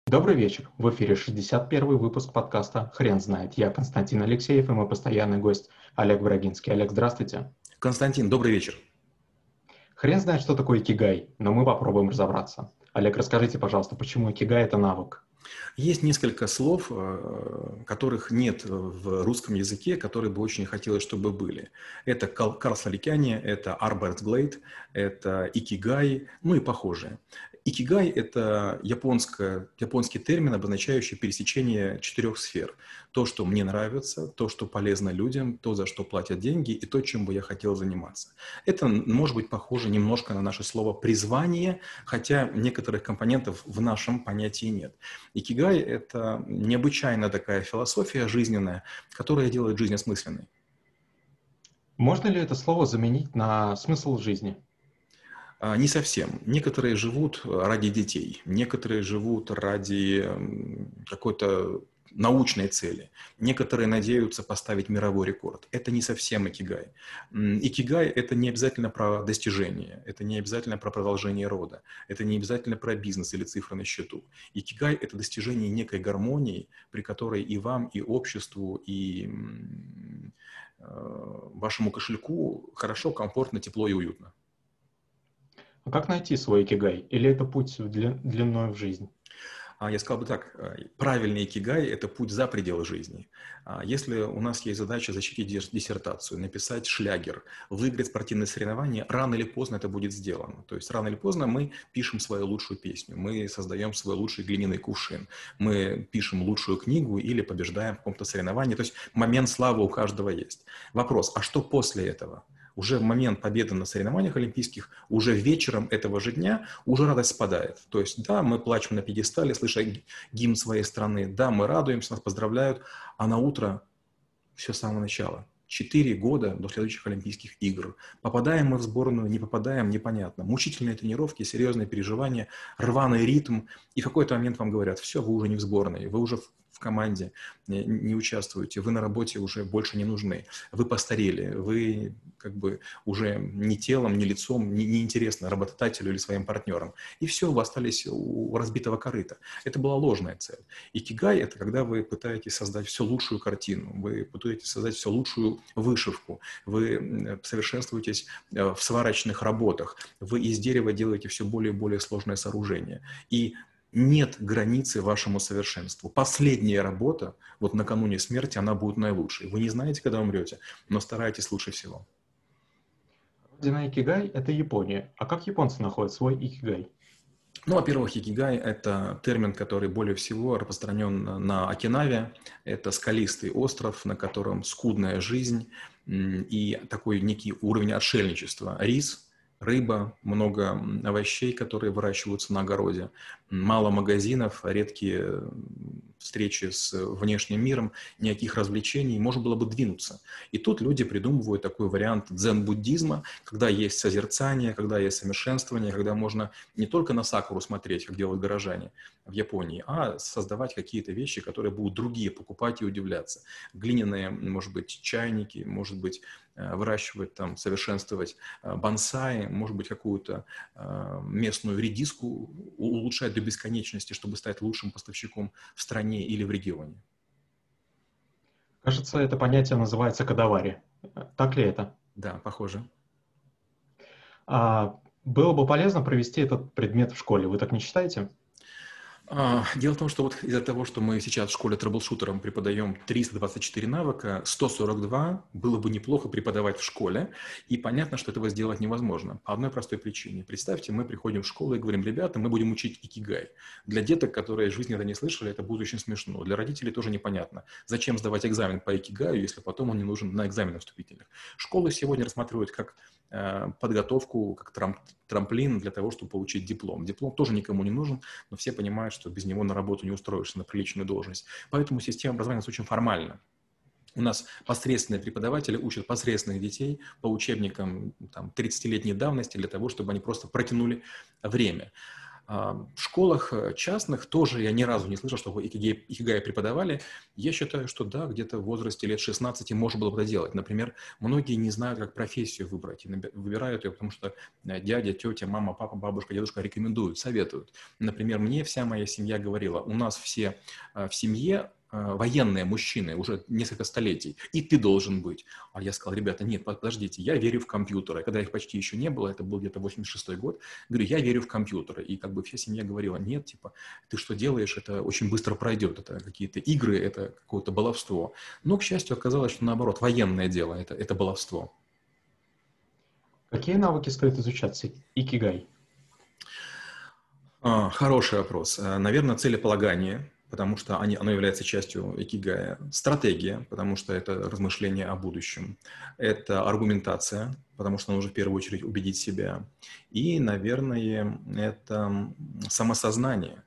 Добрый вечер. В эфире 61-й выпуск подкаста «Хрен знает». Я Константин Алексеев и мой постоянный гость Олег Брагинский. Олег, здравствуйте. Константин, добрый вечер. Хрен знает, что такое икигай, но мы попробуем разобраться. Олег, расскажите, пожалуйста, почему икигай – это навык? Есть несколько слов, которых нет в русском языке, которые бы очень хотелось, чтобы были. Это Карл Саликяне, это Arbeitsgleit, это икигай, ну и похожие. Икигай – это японский термин, обозначающий пересечение 4 сфер. То, что мне нравится, то, что полезно людям, то, за что платят деньги, и то, чем бы я хотел заниматься. Это может быть похоже немножко на наше слово «призвание», хотя некоторых компонентов в нашем понятии нет. Икигай – это необычайно такая философия жизненная, которая делает жизнь осмысленной. Можно ли это слово заменить на смысл жизни? Не совсем. Некоторые живут ради детей, некоторые живут ради какой-то научной цели, некоторые надеются поставить мировой рекорд. Это не совсем икигай. Икигай – это не обязательно про достижение, это не обязательно про продолжение рода, это не обязательно про бизнес или цифры на счету. Икигай – это достижение некой гармонии, при которой и вам, и обществу, и вашему кошельку хорошо, комфортно, тепло и уютно. А как найти свой икигай? Или это путь длиной в жизнь? Я сказал бы так, правильный икигай – это путь за пределы жизни. Если у нас есть задача защитить диссертацию, написать шлягер, выиграть спортивные соревнования, рано или поздно это будет сделано. То есть рано или поздно мы пишем свою лучшую песню, мы создаем свой лучший глиняный кувшин, мы пишем лучшую книгу или побеждаем в каком-то соревновании. То есть момент славы у каждого есть. Вопрос, а что после этого? Уже в момент победы на соревнованиях олимпийских, уже вечером этого же дня уже радость спадает. То есть, да, мы плачем на пьедестале, слыша гимн своей страны, да, мы радуемся, нас поздравляют, а на утро все с самого начала. 4 года до следующих Олимпийских игр. Попадаем мы в сборную, не попадаем, непонятно. Мучительные тренировки, серьезные переживания, рваный ритм. И в какой-то момент вам говорят, все, вы уже не в сборной, вы уже в команде не участвуете, вы на работе уже больше не нужны, вы постарели, вы как бы уже ни телом, ни лицом, не интересны работодателю или своим партнерам. И все, вы остались у разбитого корыта. Это была ложная цель. Икигай – это когда вы пытаетесь создать все лучшую картину, вы пытаетесь создать все лучшую вышивку, вы совершенствуетесь в сварочных работах, вы из дерева делаете все более и более сложное сооружение. И нет границы вашему совершенству. Последняя работа, вот накануне смерти, она будет наилучшей. Вы не знаете, когда умрете, но старайтесь лучше всего. Родина икигай – это Япония. А как японцы находят свой икигай? Ну, во-первых, икигай – это термин, который более всего распространен на Окинаве. Это скалистый остров, на котором скудная жизнь и такой некий уровень отшельничества. Рис, рыба, много овощей, которые выращиваются на огороде, мало магазинов, редкие встречи с внешним миром, никаких развлечений, можно было бы двинуться. И тут люди придумывают такой вариант дзен-буддизма, когда есть созерцание, когда есть совершенствование, когда можно не только на сакуру смотреть, как делают горожане в Японии, а создавать какие-то вещи, которые будут другие покупать и удивляться. Глиняные, может быть, чайники, может быть, выращивать, там, совершенствовать бонсай, может быть, какую-то местную редиску улучшать до бесконечности, чтобы стать лучшим поставщиком в стране или в регионе. Кажется, это понятие называется кадавари. Так ли это? Да, похоже. Было бы полезно провести этот предмет в школе. Вы так не считаете? Дело в том, что вот из-за того, что мы сейчас в школе трэблшутерам преподаем 324 навыка, 142 было бы неплохо преподавать в школе, и понятно, что этого сделать невозможно. По одной простой причине. Представьте, мы приходим в школу и говорим, ребята, мы будем учить икигай. Для деток, которые в жизни это не слышали, это будет очень смешно. Для родителей тоже непонятно. Зачем сдавать экзамен по икигаю, если потом он не нужен на экзаменах вступительных? Школы сегодня рассматривают как подготовку, как трамплин для того, чтобы получить диплом. Диплом тоже никому не нужен, но все понимают, что без него на работу не устроишься, на приличную должность. Поэтому система образования у нас очень формальна. У нас посредственные преподаватели учат посредственных детей по учебникам 30-летней давности для того, чтобы они просто протянули время. В школах частных тоже я ни разу не слышал, что икигай преподавали. Я считаю, что да, где-то в возрасте лет 16 можно было бы это делать. Например, многие не знают, как профессию выбрать. И выбирают ее, потому что дядя, тетя, мама, папа, бабушка, дедушка рекомендуют, советуют. Например, мне вся моя семья говорила, у нас все в семье военные мужчины уже несколько столетий, и ты должен быть. А я сказал, ребята, нет, подождите, я верю в компьютеры. Когда их почти еще не было, это был где-то 86-й год, говорю, я верю в компьютеры. И как бы вся семья говорила, нет, типа, ты что делаешь, это очень быстро пройдет, это какие-то игры, это какое-то баловство. Но, к счастью, оказалось, что наоборот, военное дело, это баловство. Какие навыки стоит изучать икигай? Хороший вопрос. Наверное, целеполагание, потому что оно является частью икигая. Стратегия, потому что это размышление о будущем. Это аргументация, потому что нужно в первую очередь убедить себя. И, наверное, это самосознание.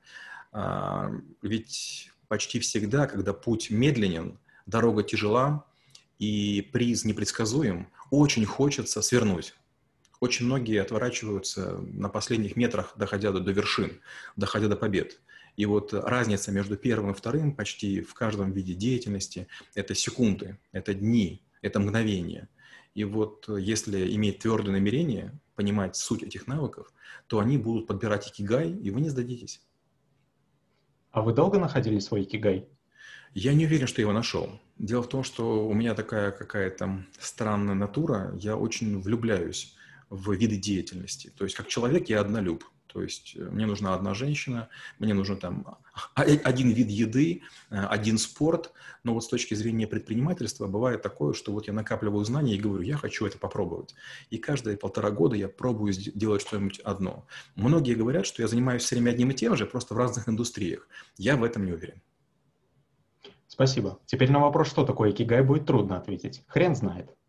Ведь почти всегда, когда путь медленен, дорога тяжела и приз непредсказуем, очень хочется свернуть. Очень многие отворачиваются на последних метрах, доходя до вершин, доходя до побед. И вот разница между первым и вторым почти в каждом виде деятельности – это секунды, это дни, это мгновения. И вот если иметь твердое намерение, понимать суть этих навыков, то они будут подбирать икигай, и вы не сдадитесь. А вы долго находили свой икигай? Я не уверен, что я его нашел. Дело в том, что у меня такая какая-то странная натура, я очень влюбляюсь в виды деятельности. То есть как человек я однолюб. То есть мне нужна одна женщина, мне нужен там один вид еды, один спорт. Но вот с точки зрения предпринимательства бывает такое, что вот я накапливаю знания и говорю, я хочу это попробовать. И каждые 1,5 года я пробую делать что-нибудь одно. Многие говорят, что я занимаюсь все время одним и тем же, просто в разных индустриях. Я в этом не уверен. Спасибо. Теперь на вопрос, что такое икигай, будет трудно ответить. Хрен знает.